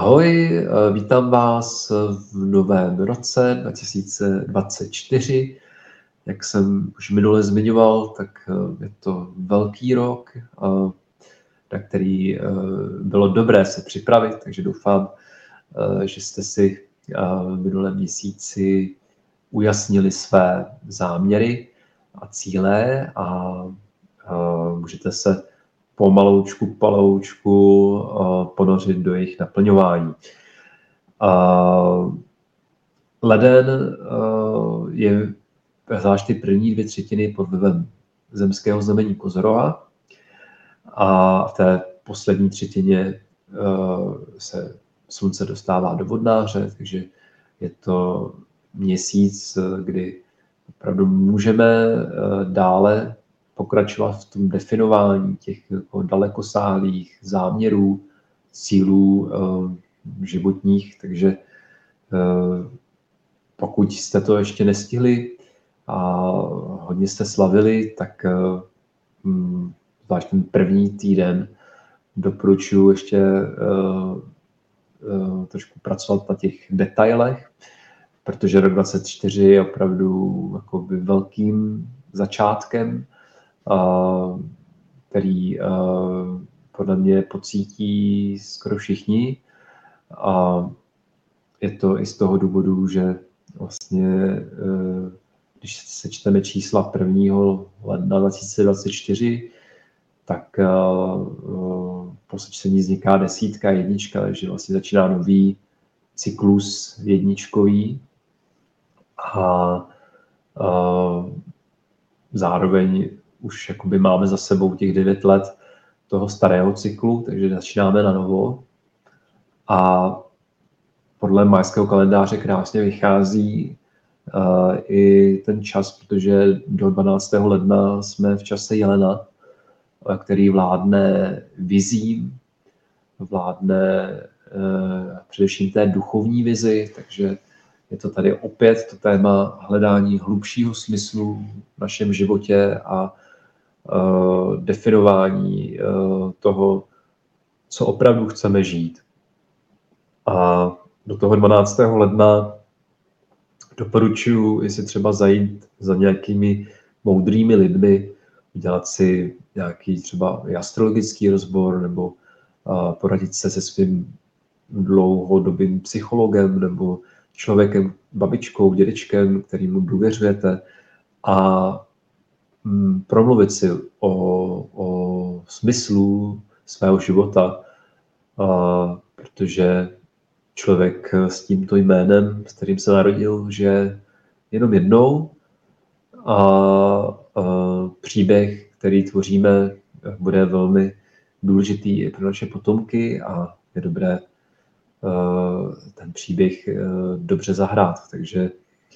Ahoj, vítám vás v novém roce 2024. Jak jsem už minule zmiňoval, tak je to velký rok, na který bylo dobré se připravit, takže doufám, že jste si v minulém měsíci ujasnili své záměry a cíle a můžete se pomaloučku ponořit do jejich naplňování. Leden je zvlášť ty první 2/3 pod vlivem zemského znamení Kozoroha a v té poslední třetině se slunce dostává do vodnáře, takže je to měsíc, kdy opravdu můžeme dále pokračovat v tom definování těch jako dalekosáhlých záměrů, cílů životních, takže pokud jste to ještě nestihli a hodně jste slavili, tak zvlášť ten první týden doporučuji ještě trošku pracovat na těch detailech, protože rok 2024 je opravdu jakoby velkým začátkem, který podle mě pocítí skoro všichni. A je to i z toho důvodu, že vlastně, když sečteme čísla 1. ledna 2024, tak po sečtení vzniká 10, 1, takže vlastně začíná nový cyklus jedničkový a zároveň už jakoby máme za sebou těch 9 let toho starého cyklu, takže začínáme na novo. A podle majského kalendáře krásně vychází i ten čas, protože do 12. ledna jsme v čase jelena, který vládne vizím, vládne především té duchovní vizi, takže je to tady opět to téma hledání hlubšího smyslu v našem životě a definování toho, co opravdu chceme žít. A do toho 12. ledna doporučuji, jestli třeba zajít za nějakými moudrými lidmi, udělat si nějaký třeba astrologický rozbor nebo poradit se se svým dlouhodobým psychologem nebo člověkem, babičkou, dědečkem, kterému důvěřujete a promluvit si o smyslu svého života, protože člověk s tímto jménem, s kterým se narodil, že jenom jednou a příběh, který tvoříme, bude velmi důležitý i pro naše potomky a je dobré ten příběh dobře zahrát. Takže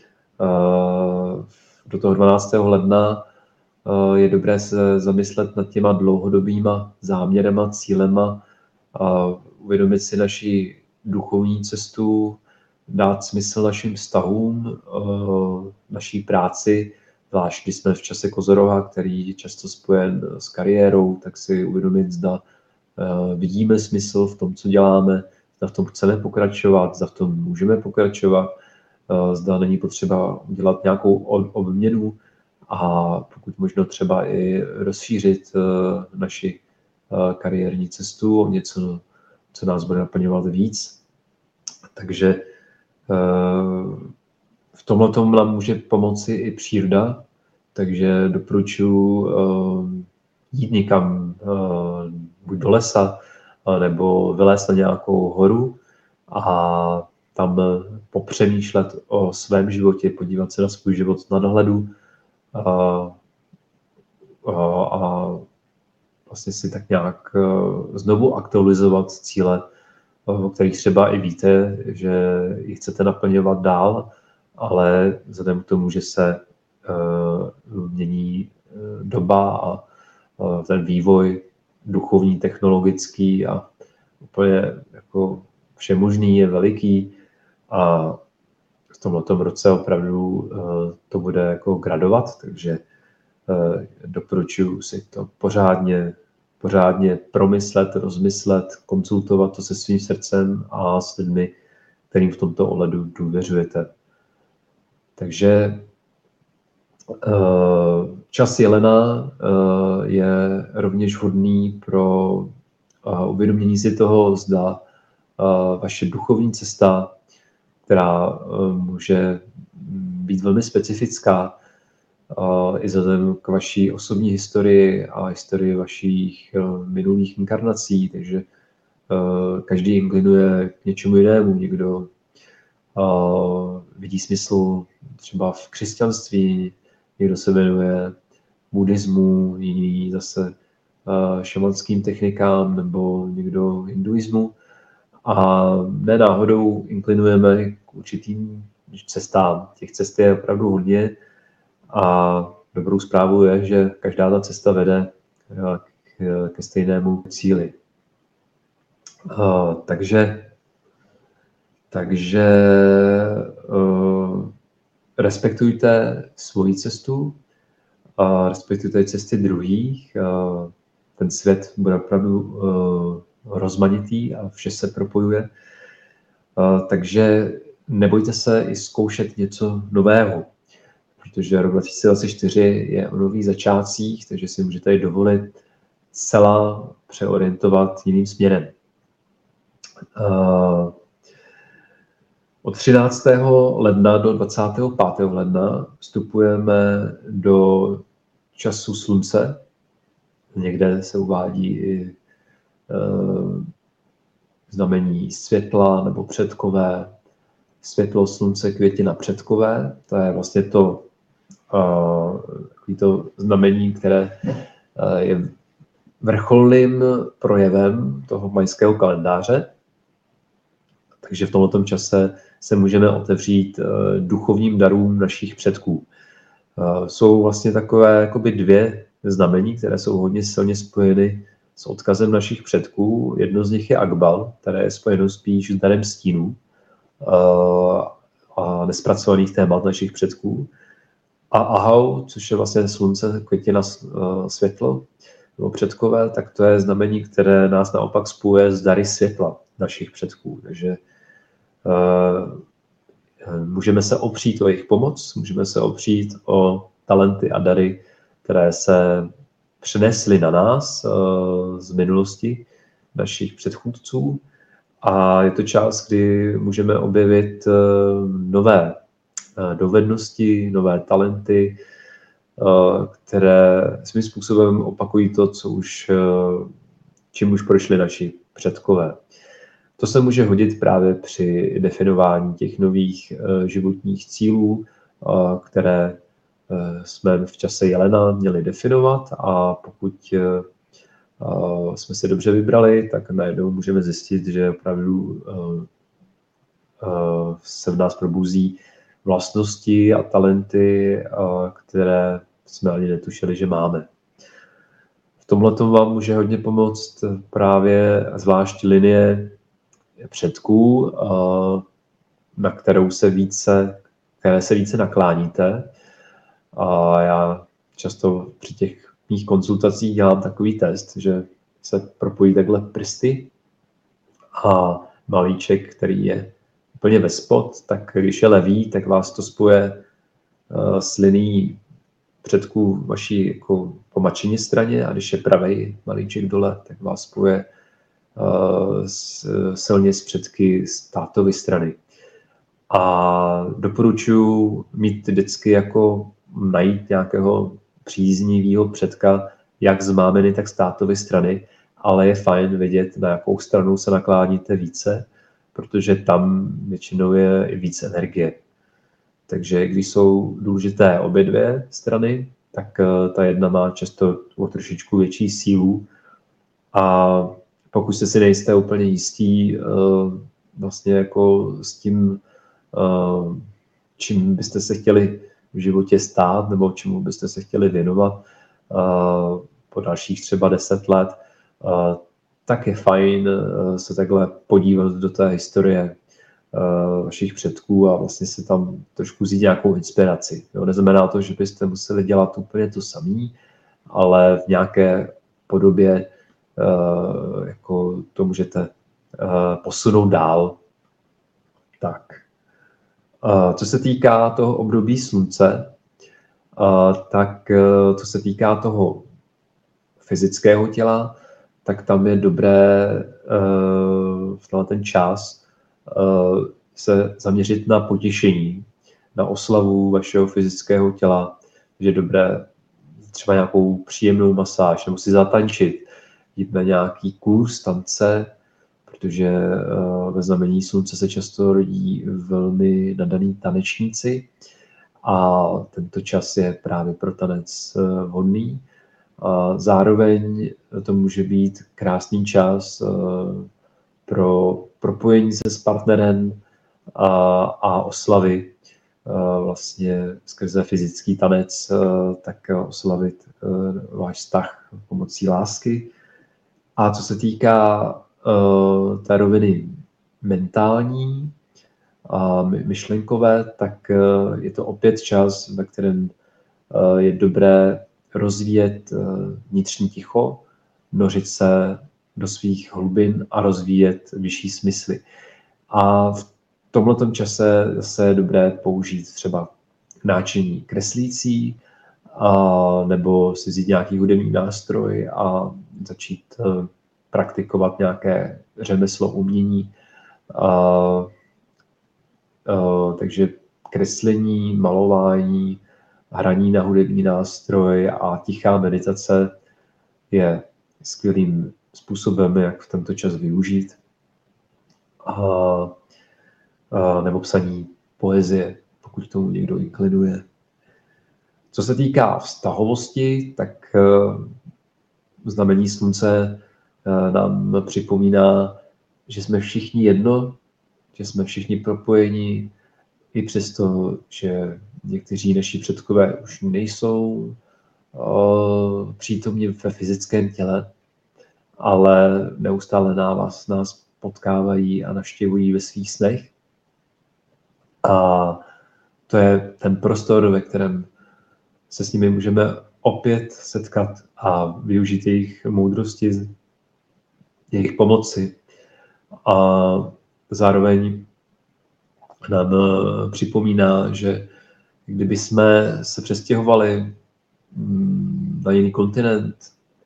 do toho 12. ledna je dobré se zamyslet nad těma dlouhodobýma záměrama, cílema a uvědomit si naši duchovní cestu, dát smysl našim vztahům, naší práci, zvlášť když jsme v čase Kozoroha, který je často spojen s kariérou, tak si uvědomit, zda vidíme smysl v tom, co děláme, zda v tom chceme pokračovat, zda v tom můžeme pokračovat, zda není potřeba udělat nějakou obměnu a pokud možno třeba i rozšířit naši kariérní cestu o něco, co nás bude naplňovat víc. Takže v tomhletom nám může pomoci i příroda, takže doporučuji jít někam buď do lesa, nebo vylézt na nějakou horu a tam popřemýšlet o svém životě, podívat se na svůj život z nadhledu a vlastně si tak nějak znovu aktualizovat cíle, o kterých třeba i víte, že ji chcete naplňovat dál, ale vzhledem k tomu, že se mění doba a ten vývoj duchovní, technologický a úplně jako všemožný je veliký a v tomhletom roce opravdu to bude jako gradovat, takže doporučuji si to pořádně promyslet, rozmyslet, konzultovat to se svým srdcem a s lidmi, kterým v tomto ohledu důvěřujete. Takže čas jelena je rovněž vhodný pro uvědomění si toho, zda vaše duchovní cesta, která může být velmi specifická, i vzhledem k vaší osobní historii a historii vašich minulých inkarnací, takže každý inklinuje k něčemu jinému. Někdo vidí smysl třeba v křesťanství, někdo se věnuje buddhismu, jiný zase šamanským technikám nebo někdo hinduismu. A ne náhodou inklinujeme k určitým cestám. Těch cest je opravdu hodně a dobrou zprávou je, že každá ta cesta vede ke stejnému cíli. Takže respektujte svoji cestu, respektujte cesty druhých. Ten svět bude opravdu rozmanitý a vše se propojuje. Takže nebojte se i zkoušet něco nového, protože rok 2024 je o nových začátcích, takže si můžete i dovolit zcela přeorientovat jiným směrem. Od 13. ledna do 25. ledna vstupujeme do času slunce. Někde se uvádí i znamení světla nebo předkové. Světlo, slunce, květina, předkové. To je vlastně to znamení, které je vrcholným projevem toho majského kalendáře. Takže v tomto čase se můžeme otevřít duchovním darům našich předků. Jsou vlastně takové jakoby dvě znamení, které jsou hodně silně spojeny s odkazem našich předků. Jedno z nich je Akbal, které je spojeno spíš s darem stínů a nespracovaných témat našich předků. A Ahau, což je vlastně slunce, květina, světlo, nebo předkové, tak to je znamení, které nás naopak spojuje s dary světla našich předků. Takže můžeme se opřít o jejich pomoc, můžeme se opřít o talenty a dary, které se přenesly na nás z minulosti našich předchůdců. A je to čas, kdy můžeme objevit nové dovednosti, nové talenty, které svým způsobem opakují to, čím už prošli naši předkové. To se může hodit právě při definování těch nových životních cílů, které jsme v čase jelena měli definovat, a pokud jsme si dobře vybrali, tak najednou můžeme zjistit, že opravdu se v nás probuzí vlastnosti a talenty, které jsme ani netušili, že máme. V tomhletom vám může hodně pomoct právě zvlášť linie předků, na které se více nakláníte. A já často při těch mých konzultacích dělám takový test, že se propojí takhle prsty a malíček, který je úplně ve spod, tak když je levý, tak vás to spoje s linií předků vaší jako po mačině straně, a když je pravej malíček dole, tak vás spoje silně s předky z tátovy strany. A doporučuji mít vždycky jako najít nějakého příznivého předka, jak z máminy, tak z tátovy strany, ale je fajn vědět, na jakou stranu se nakláníte více, protože tam většinou je i víc energie. Takže když jsou důležité obě dvě strany, tak ta jedna má často o trošičku větší sílu, a pokud jste si nejste úplně jistí vlastně jako s tím, čím byste se chtěli v životě stát nebo čemu byste se chtěli věnovat po dalších třeba 10 let, tak je fajn se takhle podívat do té historie vašich předků a vlastně si tam trošku vzít nějakou inspiraci. Jo, neznamená to, že byste museli dělat úplně to samé, ale v nějaké podobě jako to můžete posunout dál. Tak. Co se týká toho období slunce, tak co se týká toho fyzického těla, tak tam je dobré v ten čas se zaměřit na potěšení, na oslavu vašeho fyzického těla, že je dobré třeba nějakou příjemnou masáž nebo si zatančit, jít na nějaký kurz tance, protože ve znamení slunce se často rodí velmi nadaný tanečníci a tento čas je právě pro tanec vhodný. A zároveň to může být krásný čas pro propojení se s partnerem a oslavy vlastně skrze fyzický tanec, tak oslavit váš vztah pomocí lásky. A co se týká té roviny mentální a myšlenkové, tak je to opět čas, ve kterém je dobré rozvíjet vnitřní ticho, nořit se do svých hlubin a rozvíjet vyšší smysly. A v tomto čase se je dobré použít třeba náčiní kreslící, nebo si vzít nějaký hudební nástroj a začít praktikovat nějaké řemeslo, umění. Takže kreslení, malování, hraní na hudební nástroj a tichá meditace je skvělým způsobem, jak v tento čas využít. Nebo psaní poezie, pokud tomu někdo inklinuje. Co se týká vztahovosti, tak znamení slunce nám připomíná, že jsme všichni jedno, že jsme všichni propojeni, i přesto, že někteří naši předkové už nejsou přítomni ve fyzickém těle, ale neustále nás potkávají a navštěvují ve svých snech. A to je ten prostor, ve kterém se s nimi můžeme opět setkat a využít jejich moudrosti, jejich pomoci. A zároveň nám připomíná, že kdyby jsme se přestěhovali na jiný kontinent,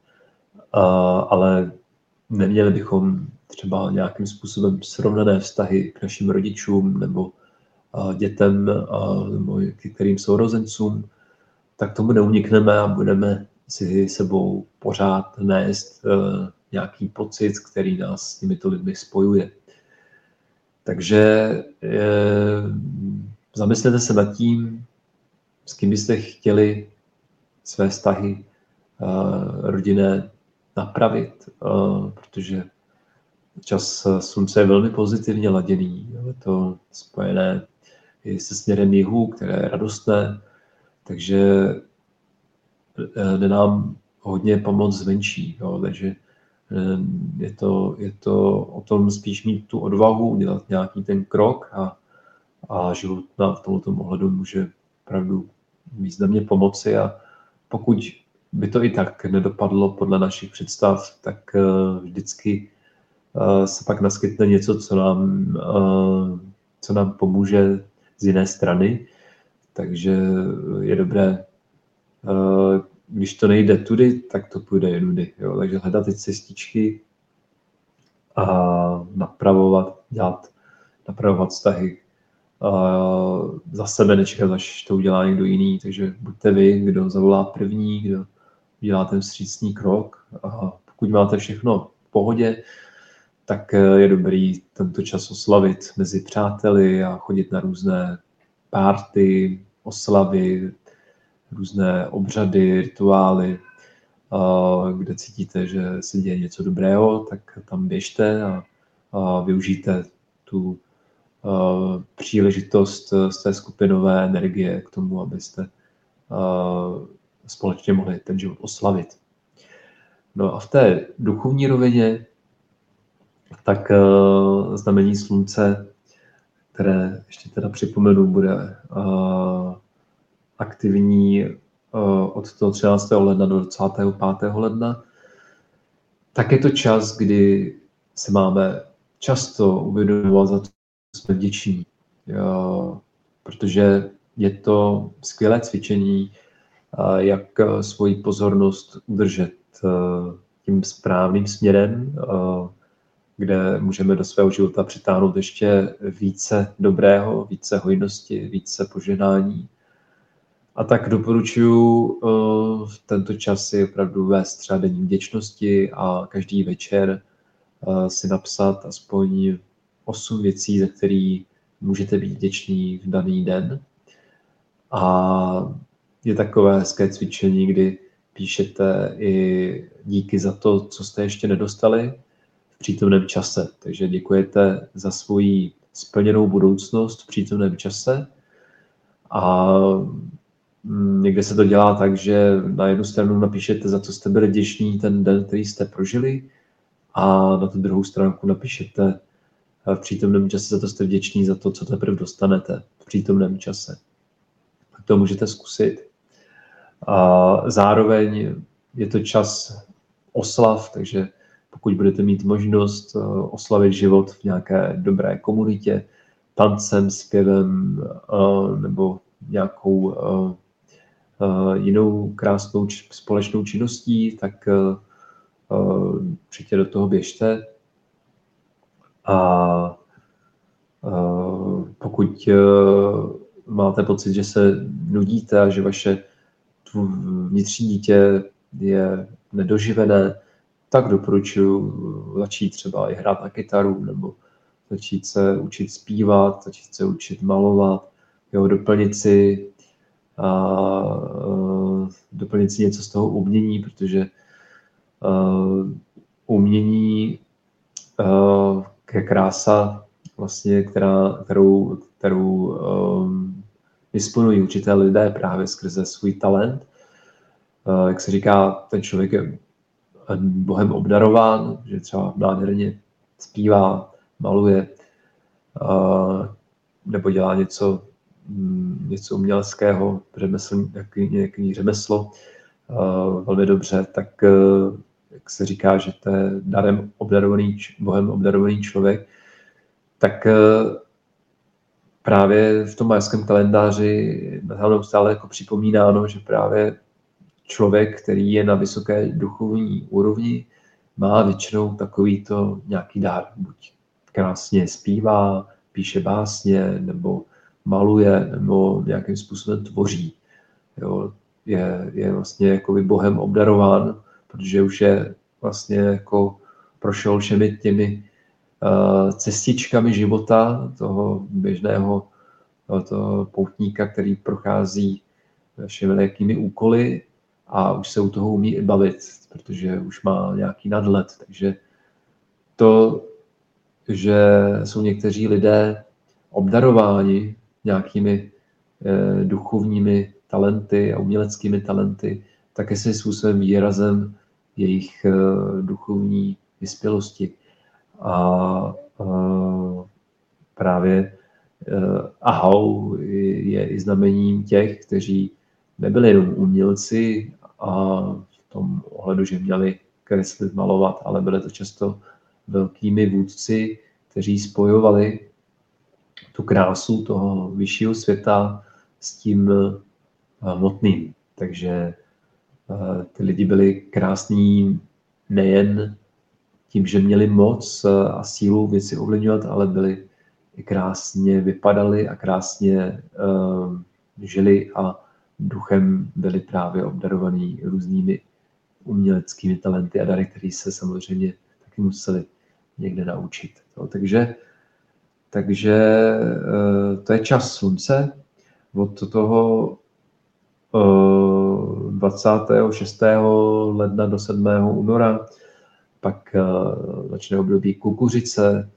ale neměli bychom třeba nějakým způsobem srovnané vztahy k našim rodičům nebo dětem nebo k kterým sourozencům, tak tomu neunikneme a budeme si sebou pořád nést nějaký pocit, který nás s těmito lidmi spojuje. Takže zamyslete se nad tím, s kým byste chtěli své vztahy rodinné napravit, protože čas slunce je velmi pozitivně laděný. Je to spojené i se směrem jihu, které je radostné, takže jde nám hodně pomoc zvenčí. Jo? Takže je to o tom spíš mít tu odvahu, udělat nějaký ten krok a život v tomto ohledu může opravdu významně pomoci. A pokud by to i tak nedopadlo podle našich představ, tak vždycky se pak naskytne něco, co nám pomůže z jiné strany. Takže je dobré, když to nejde tudy, tak to půjde jinudy. Jo? Takže hledat ty cestičky a napravovat vztahy. Za sebe nečekat, až to udělá někdo jiný. Takže buďte vy, kdo zavolá první, kdo udělá ten vstřícný krok. A pokud máte všechno v pohodě, tak je dobrý tento čas oslavit mezi přáteli a chodit na různé párty, oslavy, různé obřady, rituály, kde cítíte, že se děje něco dobrého, tak tam běžte a využijte tu příležitost z té skupinové energie k tomu, abyste společně mohli ten život oslavit. No a v té duchovní rovině tak znamení slunce, které ještě teda připomenu, bude aktivní od toho 13. ledna do 25. ledna, tak je to čas, kdy se máme často uvědomovat za to, že jsme vděční. Protože je to skvělé cvičení, jak svoji pozornost udržet tím správným směrem, kde můžeme do svého života přitáhnout ještě více dobrého, více hojnosti, více požehnání. A tak doporučuji tento čas si opravdu vést třeba denní vděčnosti a každý večer si napsat aspoň 8 věcí, za které můžete být vděční v daný den. A je takové hezké cvičení, kdy píšete i díky za to, co jste ještě nedostali v přítomném čase. Takže děkujete za svoji splněnou budoucnost v přítomném čase. A někde se to dělá tak, že na jednu stranu napíšete, za co jste byli vděční ten den, který jste prožili, a na tu druhou stránku napíšete v přítomném čase, za to jste vděční za to, co teprve dostanete v přítomném čase. Tak to můžete zkusit. A zároveň je to čas oslav, takže pokud budete mít možnost oslavit život v nějaké dobré komunitě, tancem, zpěvem nebo nějakou jinou krásnou společnou činností, tak určitě do toho běžte. A pokud máte pocit, že se nudíte a že vaše vnitřní dítě je nedoživené, tak doporučuji začít třeba i hrát na kytaru, nebo začít se učit zpívat, začít se učit malovat, doplnit si něco z toho umění, protože umění je krása, vlastně, kterou disponují určité lidé právě skrze svůj talent. Jak se říká, ten člověk je Bohem obdarován, že třeba nádherně zpívá, maluje, nebo dělá něco uměleckého, nějaký řemeslo velmi dobře, tak jak se říká, že to je Bohem obdarovaný člověk, tak právě v tom majském kalendáři nám stále jako připomínáno, že právě člověk, který je na vysoké duchovní úrovni, má většinou takovýto nějaký dár. Buď krásně zpívá, píše básně, nebo maluje, nebo nějakým způsobem tvoří. Jo, je vlastně jakoby Bohem obdarován, protože už je vlastně jako prošel všemi těmi cestičkami života toho běžného toho poutníka, který prochází všemi nějakými úkoly a už se u toho umí i bavit, protože už má nějaký nadhled. Takže to, že jsou někteří lidé obdarováni nějakými duchovními talenty a uměleckými talenty, tak je svým způsobem výrazem jejich duchovní vyspělosti. A právě ahau je i znamením těch, kteří nebyli jenom umělci a v tom ohledu, že měli kreslit, malovat, ale byli to často velkými vůdci, kteří spojovali tu krásu toho vyššího světa s tím hmotným. Takže ty lidi byli krásní nejen tím, že měli moc a sílu věci ovlivňovat, ale byli i krásně vypadali a krásně žili a duchem byli právě obdarovaní různými uměleckými talenty a dary, které se samozřejmě taky museli někde naučit. Takže to je čas slunce. Od toho 26. ledna do 7. února pak začne období kukuřice,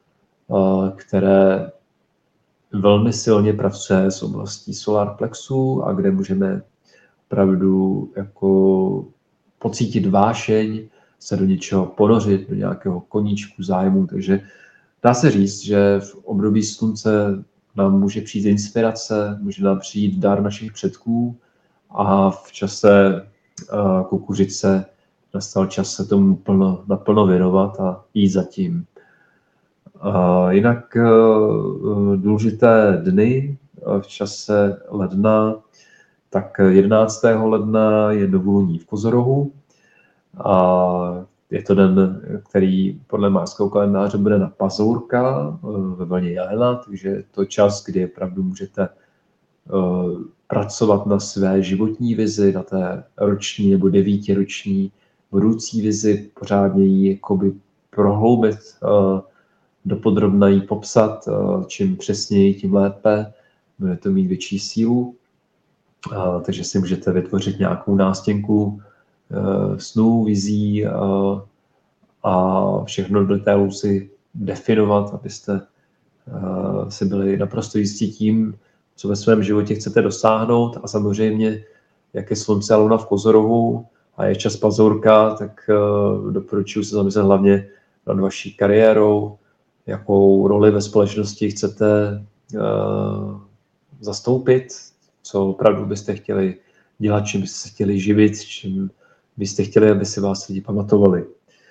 které velmi silně pracuje s oblastí solar plexu a kde můžeme opravdu jako pocítit vášeň, se do něčeho ponořit, do nějakého koníčku zájmu. Takže dá se říct, že v období slunce nám může přijít inspirace, může nám přijít dar našich předků a v čase kukuřice nastal čas se tomu naplno věnovat a jít za tím. Jinak důležité dny v čase ledna, tak 11. ledna je novoluní v Kozorohu a je to den, který podle májského kalendáře bude na Pazourka ve vlně Jelena, takže je to čas, kdy opravdu můžete pracovat na své životní vizi, na té roční nebo 9roční budoucí vizi, pořádně ji jakoby prohloubit, dopodrobna ji popsat, čím přesněji, tím lépe, bude to mít větší sílu, takže si můžete vytvořit nějakou nástěnku snů, vizí a všechno do detailu si definovat, abyste si byli naprosto jistí tím, co ve svém životě chcete dosáhnout. A samozřejmě, jak je slunce a luna v Kozorohu a je čas Pazourka, tak doporučuji se zamyslet hlavně nad vaší kariérou, jakou roli ve společnosti chcete zastoupit, co opravdu byste chtěli dělat, čím byste se chtěli živit, čím byste chtěli, aby si vás lidi pamatovali.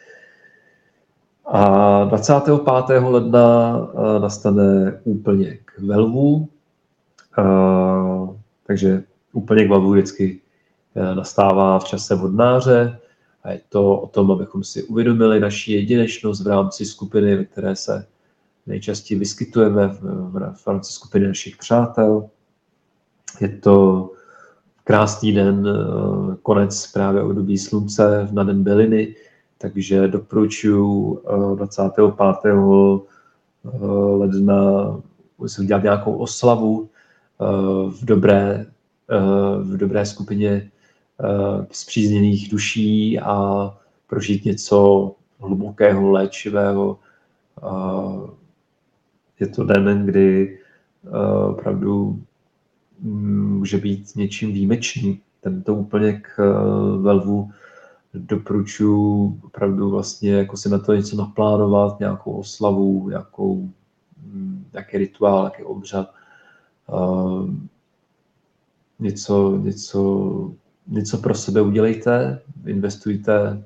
A 25. ledna nastane úplněk ve Lvu, takže úplněk ve Lvu vždycky nastává v čase vodnáře a je to o tom, abychom si uvědomili naši jedinečnost v rámci skupiny, ve které se nejčastěji vyskytujeme v rámci skupiny našich přátel. Je to krásný den, konec právě období slunce na den byliny, takže doporučuji 25. ledna si udělat nějakou oslavu v dobré skupině spřízněných duší a prožít něco hlubokého, léčivého. Je to den, kdy opravdu může být něčím výjimečný. Tento úplněk ve Lvu doporučuji opravdu vlastně jako si na to něco naplánovat, nějakou oslavu, nějaký rituál, nějaký obřad. Něco pro sebe udělejte, investujte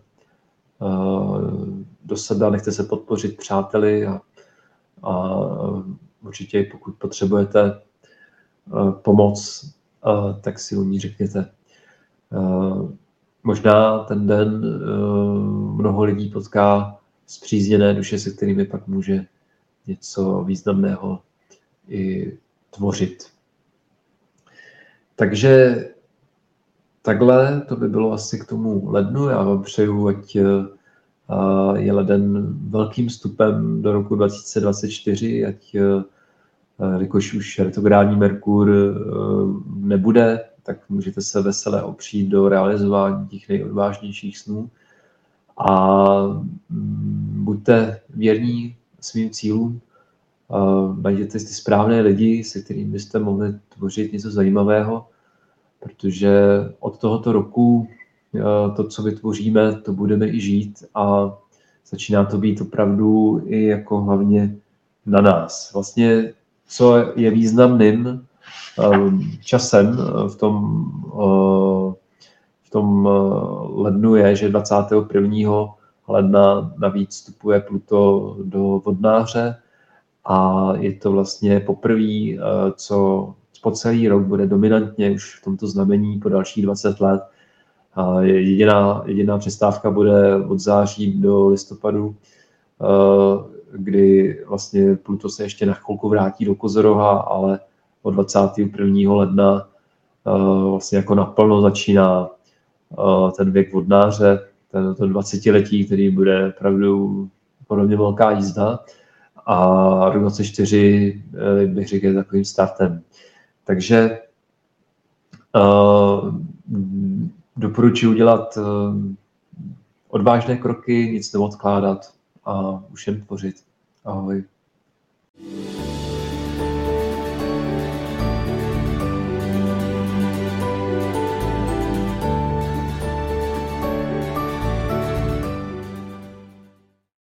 do sebe, nechte se podpořit přáteli a určitě pokud potřebujete pomoc, tak si o ní řekněte. Možná ten den mnoho lidí potká spřízněné duše, se kterými pak může něco významného i tvořit. Takže takhle to by bylo asi k tomu lednu. Já vám přeju, ať je leden velkým vstupem do roku 2024, ať jakož už retrográdní Merkur nebude, tak můžete se veselé opřít do realizování těch nejodvážnějších snů a buďte věrní svým cílům, najděte ty správné lidi, se kterými byste mohli tvořit něco zajímavého, protože od tohoto roku to, co vytvoříme, to budeme i žít a začíná to být opravdu i jako hlavně na nás. Vlastně, co je významným časem v tom lednu je, že 21. ledna navíc vstupuje Pluto do vodnáře a je to vlastně poprvé, co po celý rok bude dominantně už v tomto znamení po dalších 20 let. Jediná přestávka bude od září do listopadu, kdy vlastně Pluto se ještě na chvilku vrátí do Kozoroha, ale od 21. ledna vlastně jako naplno začíná ten věk vodnáře, to 20letí, který bude opravdu podobně velká jízda a rok 24 bych řekl takovým startem. Takže doporučuji udělat odvážné kroky, nic neodkládat a už jen tvořit. Ahoj.